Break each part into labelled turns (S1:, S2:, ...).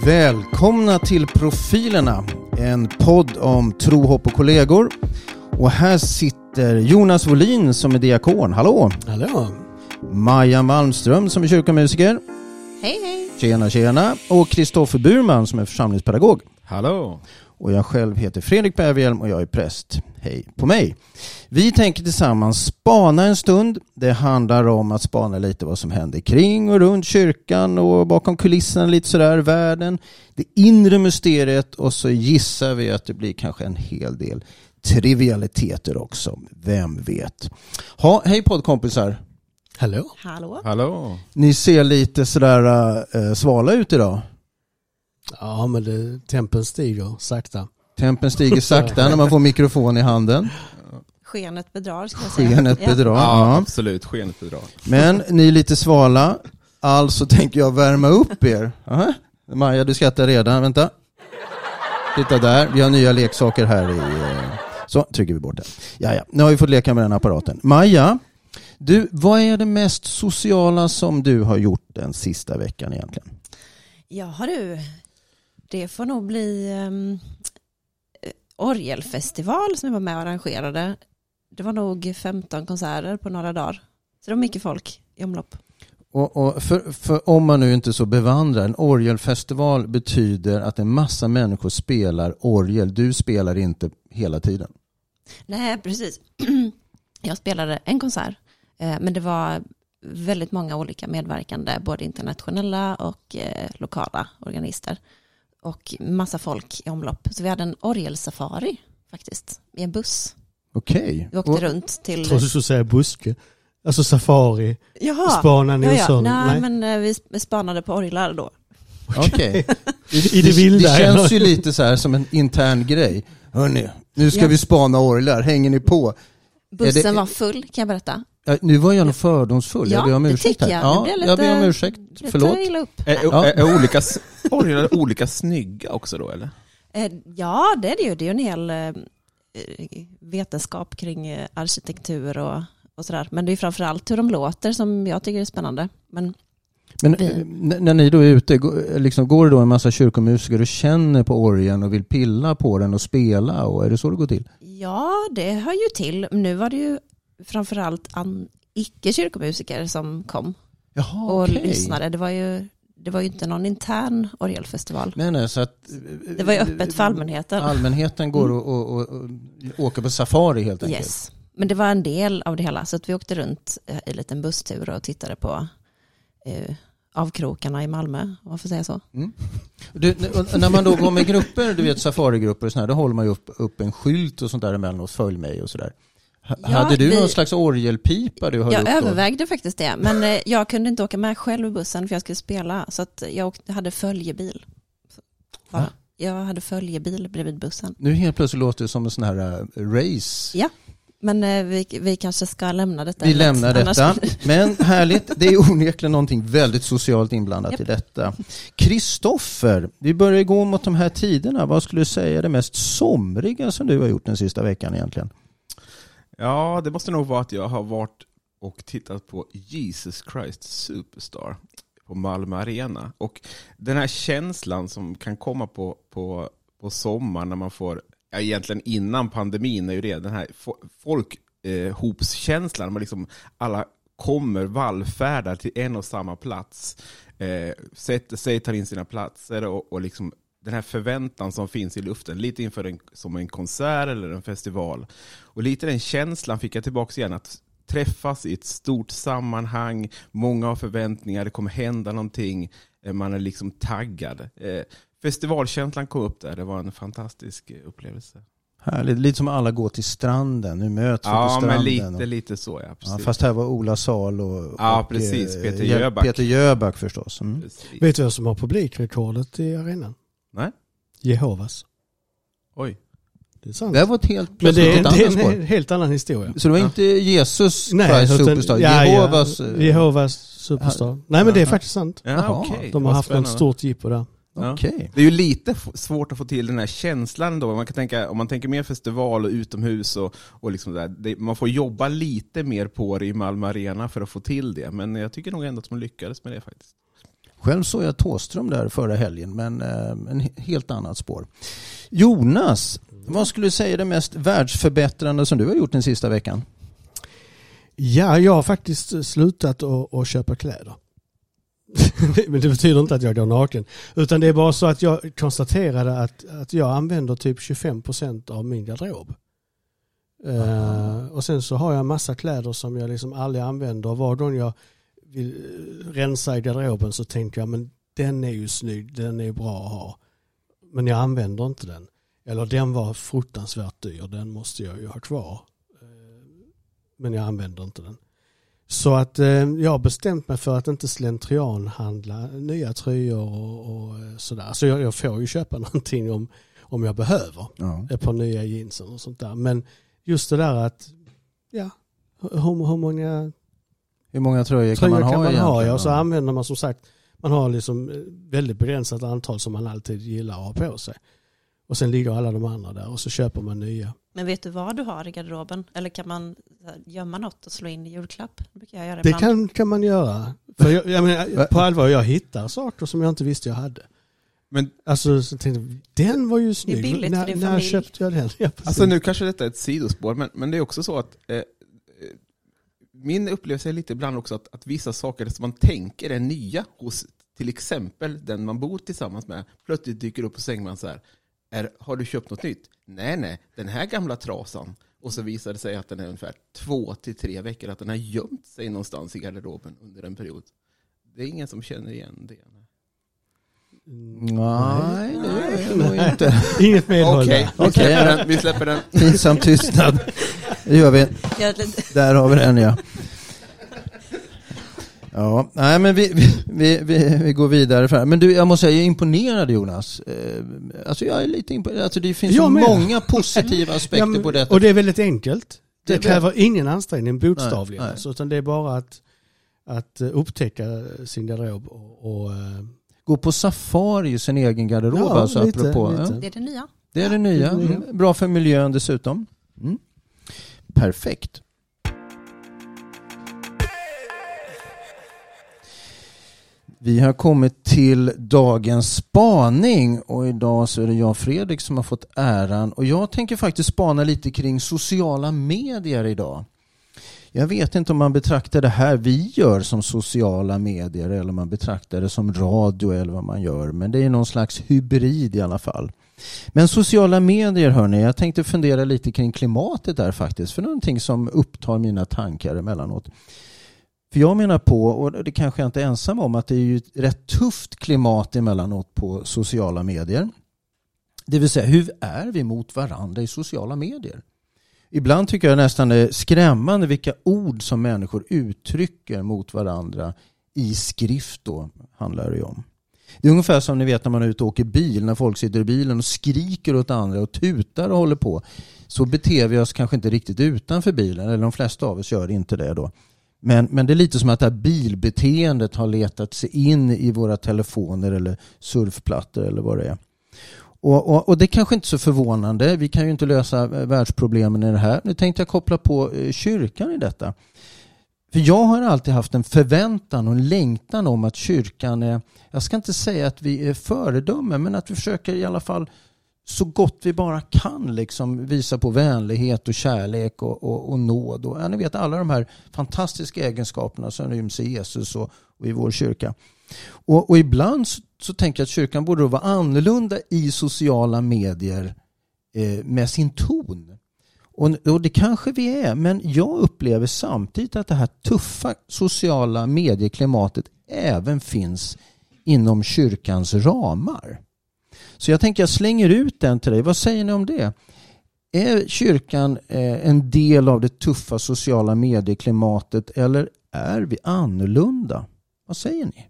S1: Välkomna till Profilerna, en podd om tro, hopp och kollegor. Och här sitter Jonas Wåhlin som är diakon. Hallå!
S2: Hallå!
S1: Maja Malmström som är kyrkomusiker.
S3: Hej, hej!
S1: Tjena, tjena! Och Kristoffer Burman som är församlingspedagog.
S4: Hallå!
S1: Och jag själv heter Fredrik Berghjelm och jag är präst. Hej på mig! Vi tänker tillsammans spana en stund. Det handlar om att spana lite vad som händer kring och runt kyrkan och bakom kulisserna lite sådär, världen. Det inre mysteriet, och så gissar vi att det blir kanske en hel del trivialiteter också. Vem vet? Hej poddkompisar!
S2: Hallå!
S3: Hallå!
S4: Hallå!
S1: Ni ser lite sådär svala ut idag.
S2: Ja, men tempen stiger sakta.
S1: Tempen stiger sakta när man får mikrofon i handen.
S3: Skenet bedrar, ska jag säga.
S1: Skenet bedrar,
S4: Ja, absolut. Skenet bedrar.
S1: Men ni är lite svala, alltså tänker jag värma upp er. Aha. Maja, du skrattar redan. Vänta. Titta där, vi har nya leksaker här i... Så, trycker vi bort det. Jaja, nu har vi fått leka med den apparaten. Maja, du, vad är det mest sociala som du har gjort den sista veckan egentligen?
S3: Ja du, det får nog bli orgelfestival som jag var med och arrangerade. Det var nog 15 konserter på några dagar. Så det var mycket folk i omlopp.
S1: Och för om man nu inte är så bevandrad, en orgelfestival betyder att en massa människor spelar orgel. Du spelar inte hela tiden.
S3: Nej, precis. Jag spelade en konsert. Men det var väldigt många olika medverkande, både internationella och lokala organister. Och massa folk i omlopp. Så vi hade en orgelsafari faktiskt, i en buss.
S1: Okej.
S3: Vi åkte runt till...
S2: Jag tror du skulle säga buske. Alltså safari.
S3: Jaha.
S2: Spanar ni och sånt?
S3: Nej, men vi spanade på orglar då.
S1: Okej.
S2: I det vilda.
S1: Det känns ju lite så här som en intern grej. Hörrni, nu ska vi spana orglar. Hänger ni på?
S3: Bussen var full, kan jag berätta.
S1: Nu var jag nog fördomsfull.
S3: Ja,
S1: jag ber om ursäkt här.
S3: Ja,
S1: jag ber om ursäkt. Förlåt.
S4: Är olika orglar olika snygga också då, eller?
S3: Ja, det är det ju. Det är ju en hel vetenskap kring arkitektur och sådär. Men det är framförallt hur de låter som jag tycker är spännande. Men
S1: när ni då är ute, liksom, går det då en massa kyrkomusiker och känner på orgeln och vill pilla på den och spela? Och är det så det går till?
S3: Ja, det hör ju till. Nu var det ju framförallt icke-kyrkomusiker som kom.
S1: Jaha,
S3: och
S1: okay.
S3: Lyssnade. Det var ju inte någon intern orgelfestival.
S1: Nej, så att
S3: det var ju öppet för allmänheten.
S1: Allmänheten går och åker på safari helt enkelt.
S3: Yes. Men det var en del av det hela. Så att vi åkte runt i en liten busstur och tittade på avkrokarna i Malmö, om man får säga så.
S1: Mm. När man då går med grupper, du vet safarigrupper och sådär, då håller man ju upp en skylt och sånt där emellanåt, följ mig och sådär. Hade du någon slags orgelpipa du höll upp då?
S3: Jag övervägde faktiskt det, men jag kunde inte åka med själv i bussen för jag skulle spela, så att jag hade följebil. Jag hade följebil bredvid bussen.
S1: Nu helt plötsligt låter det som en sån här race.
S3: Ja, men vi kanske ska lämna detta.
S1: Vi lämnar detta, men härligt. Det är onekligen någonting väldigt socialt inblandat i detta. Kristoffer, vi börjar gå mot de här tiderna. Vad skulle du säga är det mest somriga som du har gjort den sista veckan egentligen?
S4: Ja, det måste nog vara att jag har varit och tittat på Jesus Christ Superstar på Malmö Arena. Och den här känslan som kan komma på sommaren när man får, egentligen innan pandemin är ju det, den här folkhopskänslan. Man liksom alla kommer vallfärdar till en och samma plats, sätter sig, tar in sina platser och liksom den här förväntan som finns i luften, lite inför som en konsert eller en festival. Och lite den känslan fick jag tillbaka igen, att träffas i ett stort sammanhang, många har förväntningar, det kommer hända någonting, man är liksom taggad. Festivalkänslan kom upp där, det var en fantastisk upplevelse.
S1: Härligt, lite som alla går till stranden, nu möts vi på stranden.
S4: Ja, men lite så, ja, precis.
S1: Ja, fast här var Ola Sal och
S4: precis, Peter Jöback.
S1: Peter Jöback förstås. Mm.
S2: Vet du vad som har publikrekordet i arenan?
S4: Nej.
S2: Jehovas.
S4: Oj.
S2: Det är sant.
S1: Det var ett helt
S2: men det är en helt annan historia.
S1: Så det var inte Jesus Christ Superstar,
S2: Jehovas Superstar. Nej, men det är faktiskt sant.
S4: Ja, okay.
S2: De har haft ett stort jippo där.
S4: Ja.
S1: Okay.
S4: Det är ju lite svårt att få till den här känslan då. Man kan tänka, om man tänker mer festival och utomhus och liksom där, man får jobba lite mer på det i Malmö Arena för att få till det. Men jag tycker nog ändå att man lyckades med det faktiskt.
S1: Själv såg jag Thåström där förra helgen, men en helt annat spår. Jonas, vad skulle du säga är det mest världsförbättrande som du har gjort den sista veckan?
S2: Ja, jag har faktiskt slutat att köpa kläder. Men det betyder inte att jag går naken. Utan det är bara så att jag konstaterade att jag använder typ 25% av min garderob. Och sen så har jag en massa kläder som jag liksom aldrig använder. Och var gång jag vill rensa i garderoben så tänker jag, men den är ju snygg, den är bra att ha. Men jag använder inte den. Eller den var fruktansvärt dyr, den måste jag ju ha kvar. Men jag använder inte den. Så att jag har bestämt mig för att inte slentrian handla nya tröjor och sådär. Så jag får ju köpa någonting om jag behöver. Ja. Ett par nya jeans och sånt där. Men just det där att, ja, hur många tröjor kan man ha? Ja, och så använder man som sagt, man har liksom väldigt begränsat antal som man alltid gillar att ha på sig. Och sen ligger alla de andra där och så köper man nya.
S3: Men vet du vad du har i garderoben? Eller kan man gömma något och slå in i julklapp? Det brukar jag göra ibland.
S2: Det kan man göra. För jag menar, på allvar, jag hittar saker som jag inte visste jag hade. Men alltså, så tänkte jag, den var ju snygg.
S3: Det är billigt för din
S2: när
S3: familj.
S2: Köpte jag den? Ja,
S4: alltså nu kanske detta är ett sidospår, men det är också så att min upplevelse är lite ibland också att vissa saker som man tänker är nya hos till exempel den man bor tillsammans med plötsligt dyker upp på sängman så här. Har du köpt något nytt? Nej, den här gamla trasan. Och så visar det sig att den är ungefär 2 till 3 veckor, att den har gömt sig någonstans i garderoben under en period. Det är ingen som känner igen det.
S1: Nej, det är nog inte.
S2: Inget medhåll.
S4: Okej, vi släpper den.
S1: Pinsam tystnad. Det gör vi. Där har vi den, ja. Ja, nej men vi går vidare. Men du, jag måste säga, jag är imponerad, Jonas. Alltså jag är lite imponerad. Alltså det finns så många positiva aspekter på detta.
S2: Och det är väldigt enkelt. Det kräver ingen ansträngning bokstavligen. Nej. Utan det är bara att upptäcka sin garderob och
S1: gå på safari i sin egen garderob.
S2: Ja,
S1: alltså,
S2: lite.
S1: Ja.
S3: Det är det nya.
S1: Det är det nya. Bra för miljön dessutom. Perfekt. Vi har kommit till dagens spaning och idag så är det jag, Fredrik, som har fått äran. Och jag tänker faktiskt spana lite kring sociala medier idag. Jag vet inte om man betraktar det här vi gör som sociala medier eller om man betraktar det som radio eller vad man gör. Men det är någon slags hybrid i alla fall. Men sociala medier, hörni, jag tänkte fundera lite kring klimatet där faktiskt. För någonting som upptar mina tankar emellanåt. För jag menar på, och det kanske jag inte är ensam om, att det är ju ett rätt tufft klimat emellanåt på sociala medier. Det vill säga, hur är vi mot varandra i sociala medier? Ibland tycker jag nästan det är skrämmande vilka ord som människor uttrycker mot varandra i skrift då, handlar det om. Det är ungefär som ni vet när man är ute och åker bil, när folk sitter i bilen och skriker åt andra och tutar och håller på. Så beter vi oss kanske inte riktigt utanför bilen, eller de flesta av oss gör inte det då. Men det är lite som att det här bilbeteendet har letat sig in i våra telefoner eller surfplattor eller vad det är. Och det är kanske inte så förvånande. Vi kan ju inte lösa världsproblemen i det här. Nu tänkte jag koppla på kyrkan i detta. För jag har alltid haft en förväntan och en längtan om att kyrkan är, jag ska inte säga att vi är föredöme, men att vi försöker i alla fall så gott vi bara kan liksom visa på vänlighet och kärlek och nåd. Och ni vet alla de här fantastiska egenskaperna som ryms i Jesus och i vår kyrka. Och ibland så tänker jag att kyrkan borde vara annorlunda i sociala medier med sin ton. Och det kanske vi är, men jag upplever samtidigt att det här tuffa sociala medieklimatet även finns inom kyrkans ramar. Så jag tänker jag slänger ut den till dig. Vad säger ni om det? Är kyrkan en del av det tuffa sociala medieklimatet eller är vi annorlunda? Vad säger ni?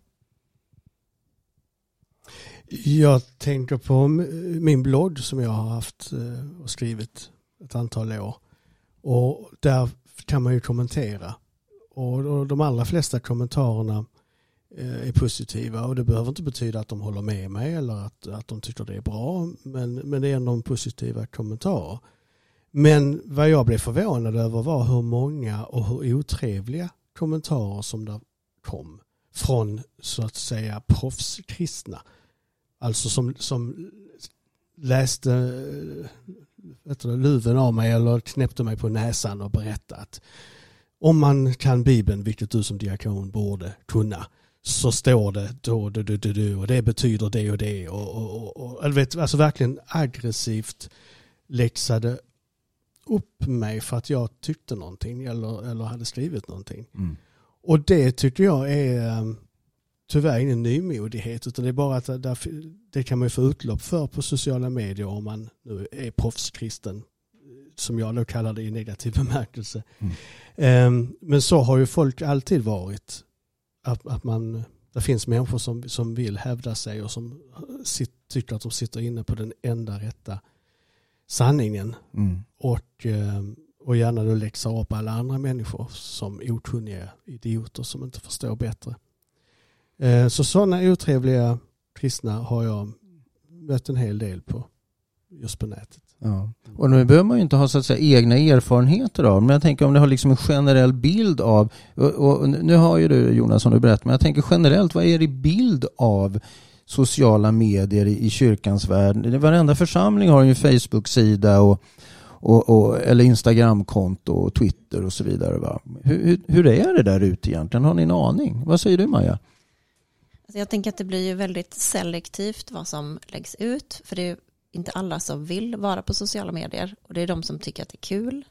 S2: Jag tänker på min blogg som jag har haft och skrivit ett antal år. Och där kan man ju kommentera. Och de allra flesta kommentarerna är positiva. Och det behöver inte betyda att de håller med mig eller att de tycker det är bra. Men det är ändå positiva kommentarer. Men vad jag blev förvånad över var hur många och hur otrevliga kommentarer som där kom. från så att säga proffskristna. Alltså som läste luven av mig eller knäppte mig på näsan och berättade att om man kan Bibeln, vilket du som diakon borde kunna, så står det då och det betyder det och det. Alltså verkligen aggressivt läxade upp mig för att jag tyckte någonting eller hade skrivit någonting. Mm. Och det tycker jag är tyvärr ingen nymodighet, utan det är bara att det kan man få utlopp för på sociala medier om man nu är proffskristen, som jag då kallar det i negativ bemärkelse. Mm. Men så har ju folk alltid varit. Att det finns människor som vill hävda sig och som tycker att de sitter inne på den enda rätta sanningen. Mm. Och gärna då läxar upp alla andra människor som okunniga idioter som inte förstår bättre. Så sådana otrevliga kristna har jag mött en hel del på just på nätet.
S1: Ja. Och nu behöver man ju inte ha så att säga egna erfarenheter av, men jag tänker om du har liksom en generell bild av, och nu har ju du Jonas som du berättar, men jag tänker generellt, vad är det bild av sociala medier i kyrkans värld? Varenda församling har ju en Facebook-sida eller Instagram-konto och Twitter och så vidare. Va? Hur är det där ute egentligen? Har ni en aning? Vad säger du, Maja?
S3: Alltså jag tänker att det blir ju väldigt selektivt vad som läggs ut, för det är inte alla som vill vara på sociala medier och det är de som tycker att det är kul.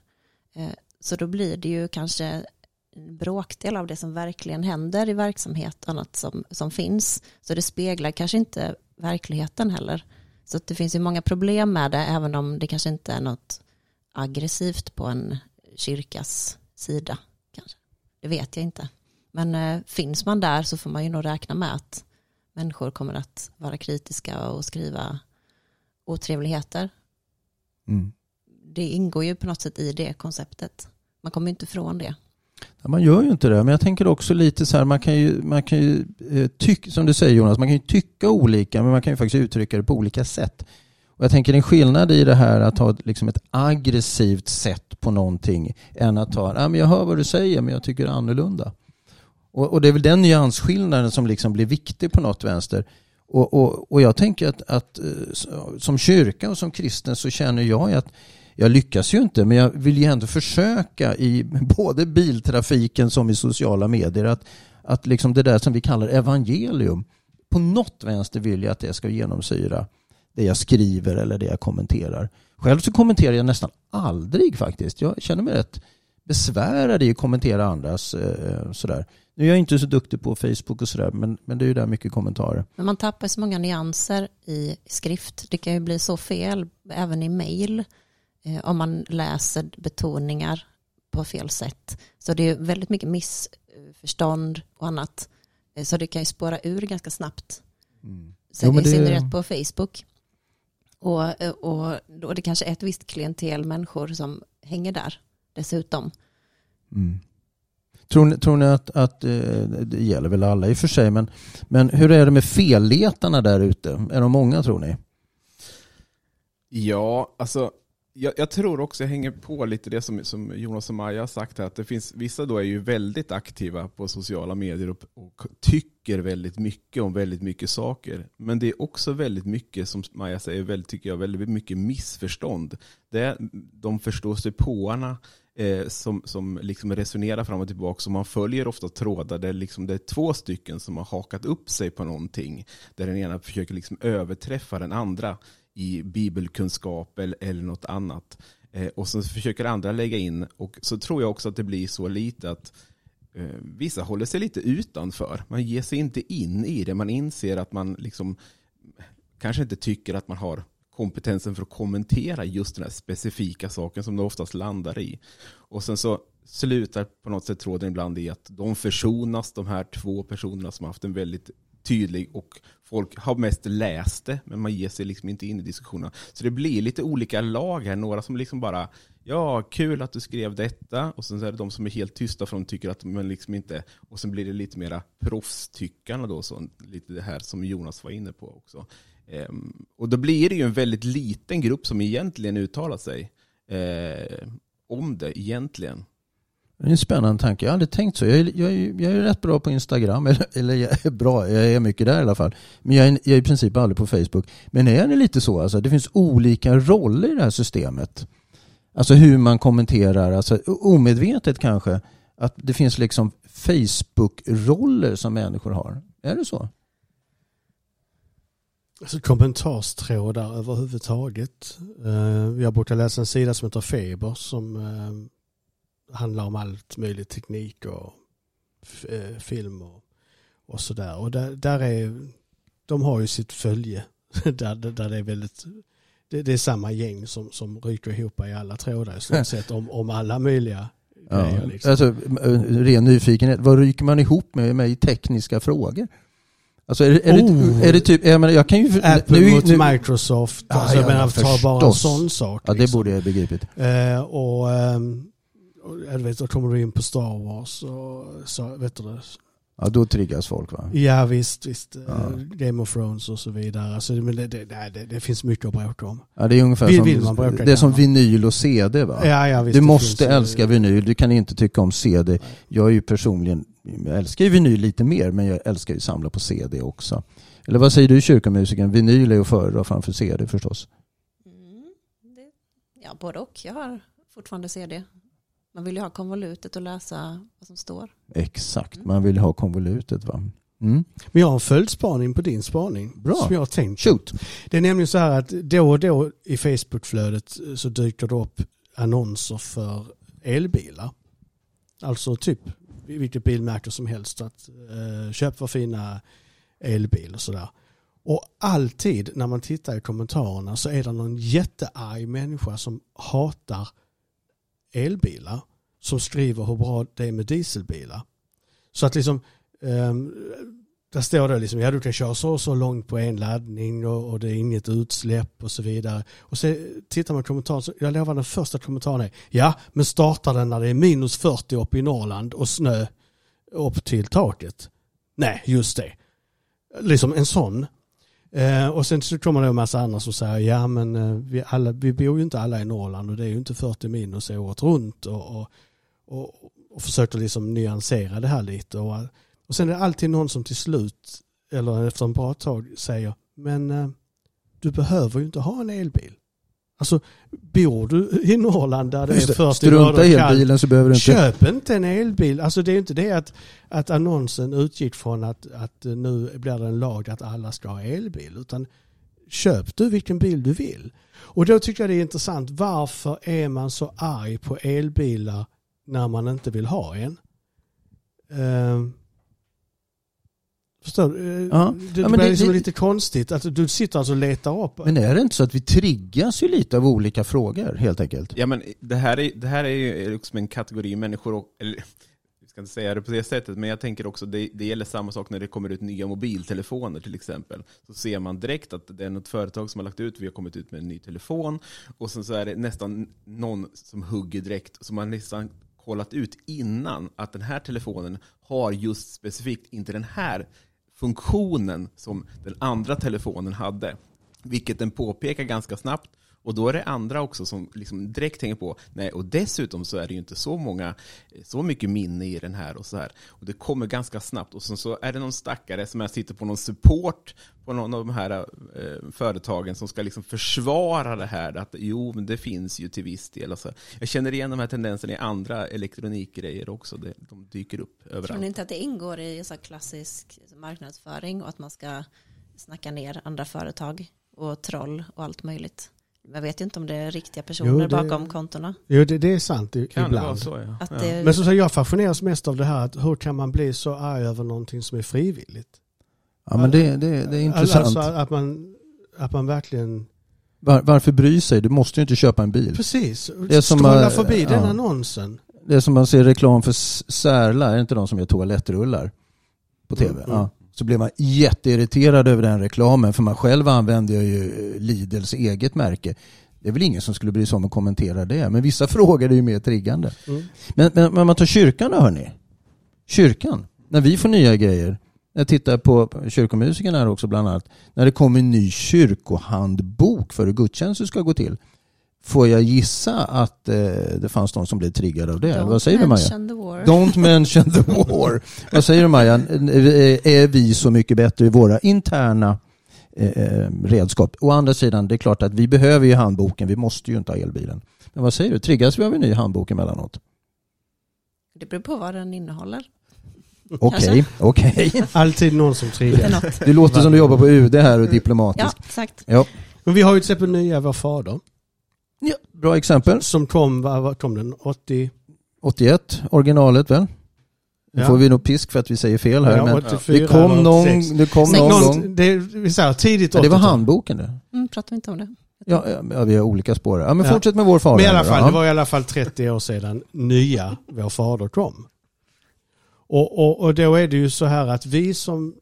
S3: Så då blir det ju kanske en bråkdel av det som verkligen händer i verksamhet och annat som finns. Så det speglar kanske inte verkligheten heller. Så att det finns ju många problem med det, även om det kanske inte är något aggressivt på en kyrkas sida. Kanske. Det vet jag inte. Men finns man där så får man ju nog räkna med att människor kommer att vara kritiska och skriva otrevligheter. Mm. Det ingår ju på något sätt i det konceptet. Man kommer inte ifrån det.
S1: Ja, man gör ju inte det, men jag tänker också lite så här, man kan ju tycka, som du säger Jonas, man kan ju tycka olika, men man kan ju faktiskt uttrycka det på olika sätt. Och jag tänker en skillnad i det här att ha liksom ett aggressivt sätt på någonting än att ta, men jag hör vad du säger men jag tycker annorlunda. Och det är väl den nyansskillnaden som liksom blir viktig på något vänster. Och jag tänker att som kyrka och som kristen så känner jag att jag lyckas ju inte, men jag vill ju ändå försöka i både biltrafiken som i sociala medier att liksom det där som vi kallar evangelium, på något vänster vill jag att det ska genomsyra det jag skriver eller det jag kommenterar. Själv så kommenterar jag nästan aldrig faktiskt. Jag känner mig rätt besvärad i att kommentera andras sådär. Nu är jag inte så duktig på Facebook och sådär, men det är ju där mycket kommentarer.
S3: Men man tappar så många nyanser i skrift. Det kan ju bli så fel även i mejl om man läser betoningar på fel sätt. Så det är väldigt mycket missförstånd och annat. Så det kan ju spåra ur ganska snabbt. Sen i synnerhet på Facebook. Och det kanske är ett visst klientel människor som hänger där dessutom.
S1: Mm. Tror ni att det gäller väl alla i och för sig, men hur är det med felletarna där ute? Är de många, tror ni?
S4: Ja, alltså jag tror också, jag hänger på lite det som Jonas och Maja har sagt här, att det finns vissa då är ju väldigt aktiva på sociala medier och tycker väldigt mycket om väldigt mycket saker. Men det är också väldigt mycket, som Maja säger, tycker jag, väldigt mycket missförstånd. De förstår sig påarna som liksom resonerar fram och tillbaka, så man följer ofta trådar där liksom det är två stycken som har hakat upp sig på någonting, där den ena försöker liksom överträffa den andra i bibelkunskap eller något annat. Och så försöker andra lägga in, och så tror jag också att det blir så lite att vissa håller sig lite utanför. Man ger sig inte in i det. Man inser att man liksom kanske inte tycker att man har kompetensen för att kommentera just den här specifika saken som det oftast landar i. Och sen så slutar på något sätt tråden ibland i att de försonas, de här två personerna som har haft en väldigt tydlig, och folk har mest läst det, men man ger sig liksom inte in i diskussionerna. Så det blir lite olika lag här. Några som liksom bara, ja, kul att du skrev detta, och sen så är det de som är helt tysta för de tycker att man liksom inte, och sen blir det lite mera proffstyckarna då, så lite det här som Jonas var inne på också. Och då blir det ju en väldigt liten grupp som egentligen uttalar sig om det egentligen.
S1: Det är en spännande tanke. Jag har aldrig tänkt så. Jag är rätt bra på Instagram. Eller jag är bra. Jag är mycket där i alla fall. Men jag är i princip aldrig på Facebook. Men är det lite så? Alltså, det finns olika roller i det här systemet. Alltså hur man kommenterar. Alltså, omedvetet kanske. Att det finns liksom Facebook-roller som människor har. Är det så?
S2: Alltså kommentarstrådar överhuvudtaget. Jag brukar läsa en sida som heter Feber som handlar om allt möjligt, teknik och film och sådär. Och där är, de har ju sitt följe där det är väldigt, det är samma gäng som ryker ihop i alla trådar i stort sett om alla möjliga grejer. Liksom.
S1: Alltså, ren nyfikenhet, vad ryker man ihop med i tekniska frågor? Alltså är det typ, jag kan ju
S2: Apple mot Microsoft, alltså, jag menar, ta bara en sån sak.
S1: Ja, det borde jag begripit.
S2: Och jag vet, då kommer du in på Star Wars och så, vet du det.
S1: Ja, då triggas folk, va?
S2: Ja, visst. Ja. Game of Thrones och så vidare. Alltså, men det finns mycket att bråka om.
S1: Ja, det är ungefär det är som vinyl och CD, va?
S2: Ja, visst,
S1: du måste älska vinyl, du kan inte tycka om CD. Nej. Jag är ju personligen, jag älskar ju vinyl lite mer, men jag älskar ju samla på CD också. Eller vad säger du, kyrkomusiken? Vinyl är ju föredra framför CD förstås.
S3: Ja, både och. Jag har fortfarande CD. Man vill ju ha konvolutet och läsa vad som står.
S1: Exakt, man vill ha konvolutet, va? Mm.
S2: Men jag har en följdspaning på din spaning.
S1: Bra.
S2: Som jag har tänkt.
S1: Shoot.
S2: Det är nämligen så här att då och då i Facebookflödet så dyker det upp annonser för elbilar. Alltså typ vilket bilmärke som helst. Att köp för fina elbil och sådär. Och alltid när man tittar i kommentarerna så är det någon jättearg människa som hatar elbilar, som skriver hur bra det är med dieselbilar. Så att liksom där står det liksom, ja, du kan köra så långt på en laddning och det är inget utsläpp och så vidare. Och så tittar man i kommentaren, så jag lovar, den första kommentaren är, ja, men startar den när det är minus 40 upp i Norrland och snö upp till taket? Nej, just det. Liksom en sån. Och sen så kommer det en massa andra som säger, ja, men vi bor ju inte alla i Norrland och det är ju inte 40 minus året runt och försöker liksom nyansera det här lite. Och sen är det alltid någon som till slut, eller efter en bra tag, säger, men du behöver ju inte ha en elbil. Alltså, bor du i Norrland där det är 40 grader
S1: strunta i elbilen så behöver du inte.
S2: Köp inte en elbil. Alltså det är inte det att annonsen utgick från att nu blir det en lag att alla ska ha elbil, utan köp du vilken bil du vill. Och då tycker jag det är intressant, varför är man så arg på elbilar när man inte vill ha en? Förstår du? Ja. Det blir liksom lite konstigt att du sitter alltså och letar upp.
S1: Men är det inte så att vi triggas ju lite av olika frågor helt enkelt? Ja, men
S4: det här är ju liksom en kategori människor, eller vi ska inte säga det på det sättet, men jag tänker också det gäller samma sak när det kommer ut nya mobiltelefoner till exempel. Så ser man direkt att det är något företag som har lagt ut, vi har kommit ut med en ny telefon, och sen så är det nästan någon som hugger direkt, som man nästan kollat ut innan att den här telefonen har just specifikt inte den här funktionen som den andra telefonen hade, vilket den påpekar ganska snabbt, och då är det andra också som liksom direkt tänker på, nej, och dessutom så är det ju inte så mycket minne i den här och så här, och det kommer ganska snabbt, och så är det någon stackare som sitter på någon support på någon av de här företagen som ska liksom försvara det här, att jo, men det finns ju till viss del. Alltså, jag känner igen de här tendenserna i andra elektronikgrejer också, de dyker upp överallt.
S3: Tror ni inte att det ingår i så klassisk marknadsföring och att man ska snacka ner andra företag och troll och allt möjligt? Jag vet ju inte om det är riktiga personer bakom kontona.
S2: Jo, det är sant
S4: kan
S2: ibland.
S4: Det vara så, ja.
S2: Men så jag fascineras mest av det här, att hur kan man bli så arg över någonting som är frivilligt?
S1: Ja, men det är intressant.
S2: Alltså att man verkligen...
S1: Varför bry sig? Du måste ju inte köpa en bil.
S2: Precis. Det är som stråla förbi den annonsen.
S1: Det är som man ser reklam för Särla, är det inte de som gör toalettrullar på tv? Ja. Så blir man jätteirriterad över den reklamen, för man själv använder ju Lidls eget märke. Det är väl ingen som skulle bry sig om att kommentera det, men vissa frågor är ju mer triggande. Men man tar kyrkan då, hörni. Kyrkan, när vi får nya grejer, jag tittar på kyrkomusikerna här också bland annat, när det kommer en ny kyrkohandbok för hur gudstjänsten ska gå till. får jag gissa att det fanns de som blev triggade av det. Vad säger du, Maja?
S3: Don't
S1: mention the war. Vad säger du, Maja? Är vi så mycket bättre i våra interna redskap? Å andra sidan, det är klart att vi behöver ju handboken. Vi måste ju inte ha elbilen. Men vad säger du? Triggas vi av en ny handbok emellanåt?
S3: Det beror på vad den innehåller.
S1: Okej.
S2: Alltid någon som triggar.
S1: Det låter som du jobbar på UD här och diplomatiskt.
S3: Ja, exakt.
S1: Ja.
S2: Men vi har ju till exempel nya Vår fader.
S1: Ja, bra exempel.
S2: Som kom den?
S1: 81, originalet väl? Nu får vi nog pisk för att vi säger fel här. Men
S2: 84,
S1: det kom någon gång.
S2: Vi säger tidigt 80-tal.
S1: Det var handboken det.
S3: Pratar vi inte om det?
S1: Ja, vi har olika spår. Ja, men fortsätt med Vår fader.
S2: Men i alla fall, det var i alla fall 30 år sedan nya Vår fader kom. Och då är det ju så här att vi som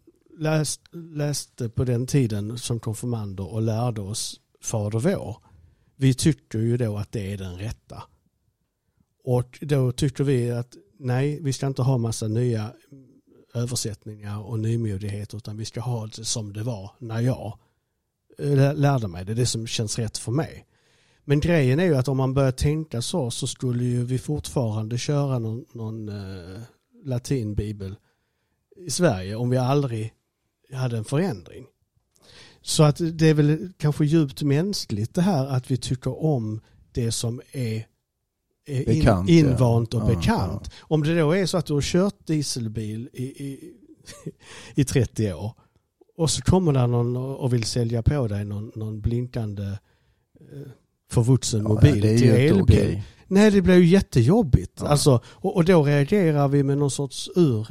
S2: läste på den tiden som konfirmander och lärde oss Fader vår, vi tycker ju då att det är den rätta. Och då tycker vi att nej, vi ska inte ha massa nya översättningar och nymodigheter, utan vi ska ha det som det var när jag lärde mig det som känns rätt för mig. Men grejen är ju att om man börjar tänka så skulle ju vi fortfarande köra någon latinbibel i Sverige om vi aldrig hade en förändring. Så att det är väl kanske djupt mänskligt det här att vi tycker om det som är bekant, invant och bekant. Ja. Om det då är så att du har kört dieselbil i 30 år och så kommer där någon och vill sälja på dig någon blinkande förvuxen mobil till elbil. Okay. Nej, det blir ju jättejobbigt. Ja. Alltså, och då reagerar vi med någon sorts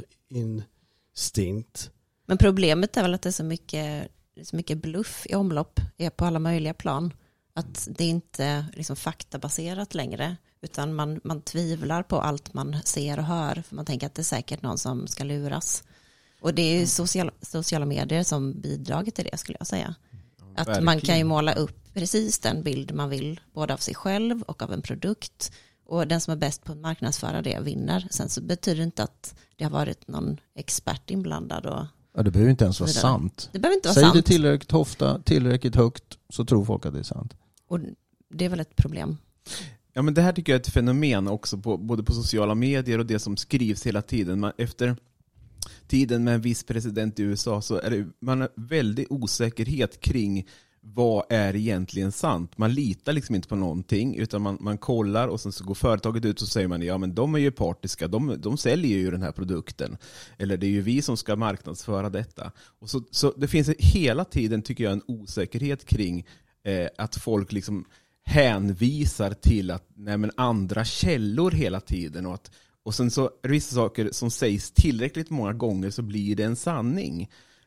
S2: urinstinkt.
S3: Men problemet är väl att det är så mycket bluff i omlopp på alla möjliga plan. Att det inte är liksom faktabaserat längre, utan man tvivlar på allt man ser och hör, för man tänker att det är säkert någon som ska luras. Och det är ju sociala medier som bidragit till det, skulle jag säga. Att verkligen. Man kan ju måla upp precis den bild man vill, både av sig själv och av en produkt. Och den som är bäst på att marknadsföra det vinner. Sen så betyder det inte att det har varit någon expert inblandad.
S1: Ja, det behöver inte ens vara sant.
S3: Det behöver inte vara
S1: sant.
S3: sant.
S1: Säg det tillräckligt ofta, tillräckligt högt, så tror folk att det är sant.
S3: Och det är väl ett problem.
S4: Ja, men det här tycker jag är ett fenomen också både på sociala medier och det som skrivs hela tiden. Efter tiden med en viss president i USA så är man har väldigt osäkerhet kring vad är egentligen sant. Man litar liksom inte på någonting, utan man kollar och sen så går företaget ut och säger man ja, men de är ju partiska, de säljer ju den här produkten. Eller det är ju vi som ska marknadsföra detta. Och så det finns hela tiden, tycker jag, en osäkerhet kring att folk liksom hänvisar till att andra källor hela tiden, och sen så är det vissa saker som sägs tillräckligt många gånger så blir det en sanning.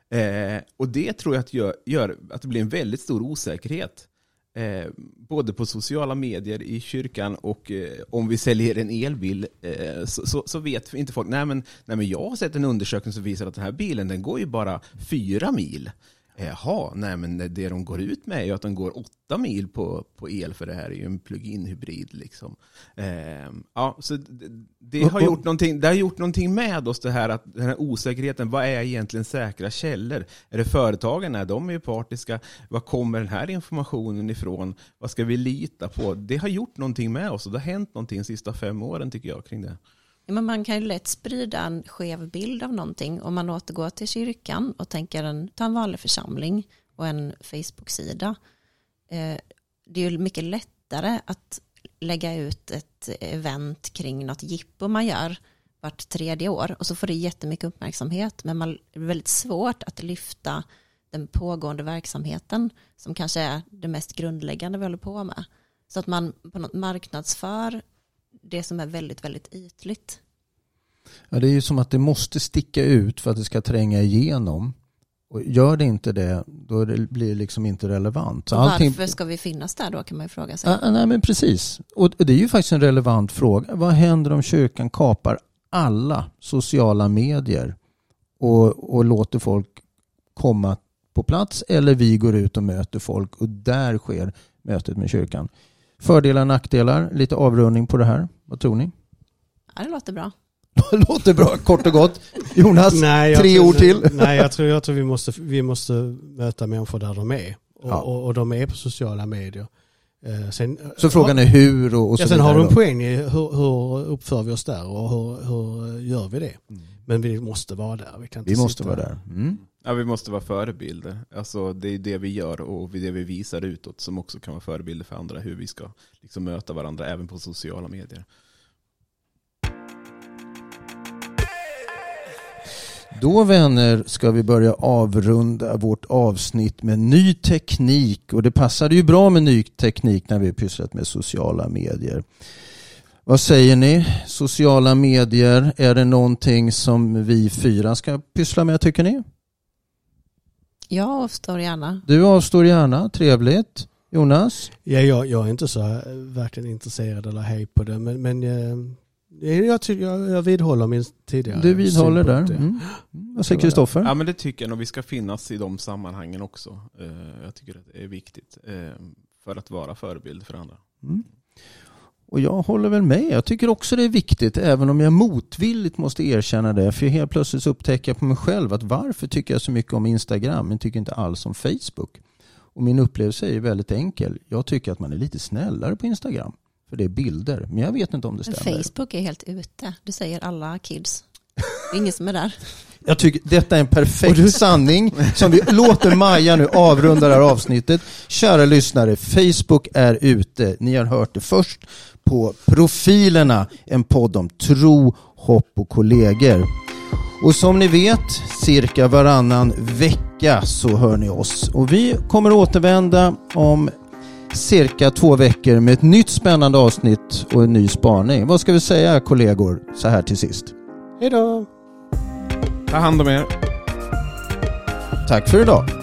S4: Och det tror jag att gör att det blir en väldigt stor osäkerhet. Både på sociala medier, i kyrkan och om vi säljer en elbil så vet inte folk. Nej men jag har sett en undersökning som visar att den här bilen den går ju bara 4 mil. Jaha, nej men det de går ut med är ju att de går 8 mil på el, för det här är ju en plug-in hybrid liksom. Ja, så det har gjort någonting med oss, det här att den här osäkerheten, vad är egentligen säkra källor? Är det företagen? Nej, de är ju partiska. Var kommer den här informationen ifrån? Vad ska vi lita på? Det har gjort någonting med oss och det har hänt någonting de sista 5 åren, tycker jag, kring det.
S3: Ja, men man kan ju lätt sprida en skev bild av någonting om man återgår till kyrkan och tänker ta en vanlig församling och en Facebook-sida. Det är ju mycket lättare att lägga ut ett event kring något jippo man gör vart 3:e år och så får det jättemycket uppmärksamhet, men det är väldigt svårt att lyfta den pågående verksamheten som kanske är det mest grundläggande vi håller på med. Så att man på något marknadsför det som är väldigt, väldigt ytligt.
S1: Ja, det är ju som att det måste sticka ut för att det ska tränga igenom. Och gör det inte det, då blir det liksom inte relevant. Så
S3: varför ska vi finnas där då, kan man ju fråga sig.
S1: Nej, men precis. Och det är ju faktiskt en relevant fråga. Vad händer om kyrkan kapar alla sociala medier och låter folk komma på plats, eller vi går ut och möter folk och där sker mötet med kyrkan? Fördelar, nackdelar, lite avrundning på det här. Vad tror ni?
S3: Ja, det låter bra.
S1: Låter bra, kort och gott. Jonas, 3 ord till.
S2: Nej, jag tror vi måste möta människor där de är. Och de är på sociala medier.
S1: Så frågan är hur och så
S2: sen
S1: vidare
S2: har du en
S1: då.
S2: poäng i hur uppför vi oss där och hur gör vi det. Men vi måste vara där. Vi kan inte
S1: Vi måste
S2: sitta
S1: vara där. Mm.
S4: Ja, vi måste vara förebilder. Alltså, det är det vi gör och det vi visar utåt som också kan vara förebilder för andra. Hur vi ska liksom möta varandra även på sociala medier.
S1: Då vänner ska vi börja avrunda vårt avsnitt med ny teknik. Och det passade ju bra med ny teknik när vi pysslat med sociala medier. Vad säger ni? Sociala medier, är det någonting som vi 4 ska pyssla med, tycker ni?
S3: Jag avstår gärna.
S1: Du avstår gärna, trevligt. Jonas?
S2: Ja, jag är inte så verkligen intresserad eller hej på det. Men jag vidhåller min tidigare
S1: Du vidhåller där.
S2: synpunkt,
S1: Vad säger Kristoffer?
S4: Ja, men det tycker jag nog vi ska finnas i de sammanhangen också. Jag tycker att det är viktigt för att vara förebild för andra.
S1: Mm. Och jag håller väl med. Jag tycker också det är viktigt, även om jag motvilligt måste erkänna det. För helt plötsligt upptäcker jag på mig själv att varför tycker jag så mycket om Instagram men tycker inte alls om Facebook. Och min upplevelse är väldigt enkel. Jag tycker att man är lite snällare på Instagram. För det är bilder. Men jag vet inte om det stämmer.
S3: Facebook är helt ute. Du säger alla kids. Det är ingen som är där.
S1: Jag tycker detta är en perfekt sanning som vi låter Maja nu avrunda det här avsnittet. Kära lyssnare, Facebook är ute. Ni har hört det först på Profilerna, en podd om tro, hopp och kollegor. Och som ni vet, cirka varannan vecka så hör ni oss. Och vi kommer återvända om cirka 2 veckor med ett nytt spännande avsnitt och en ny spaning. Vad ska vi säga, kollegor, så här till sist?
S2: Hej då!
S4: Ta hand om er.
S1: Tack för idag.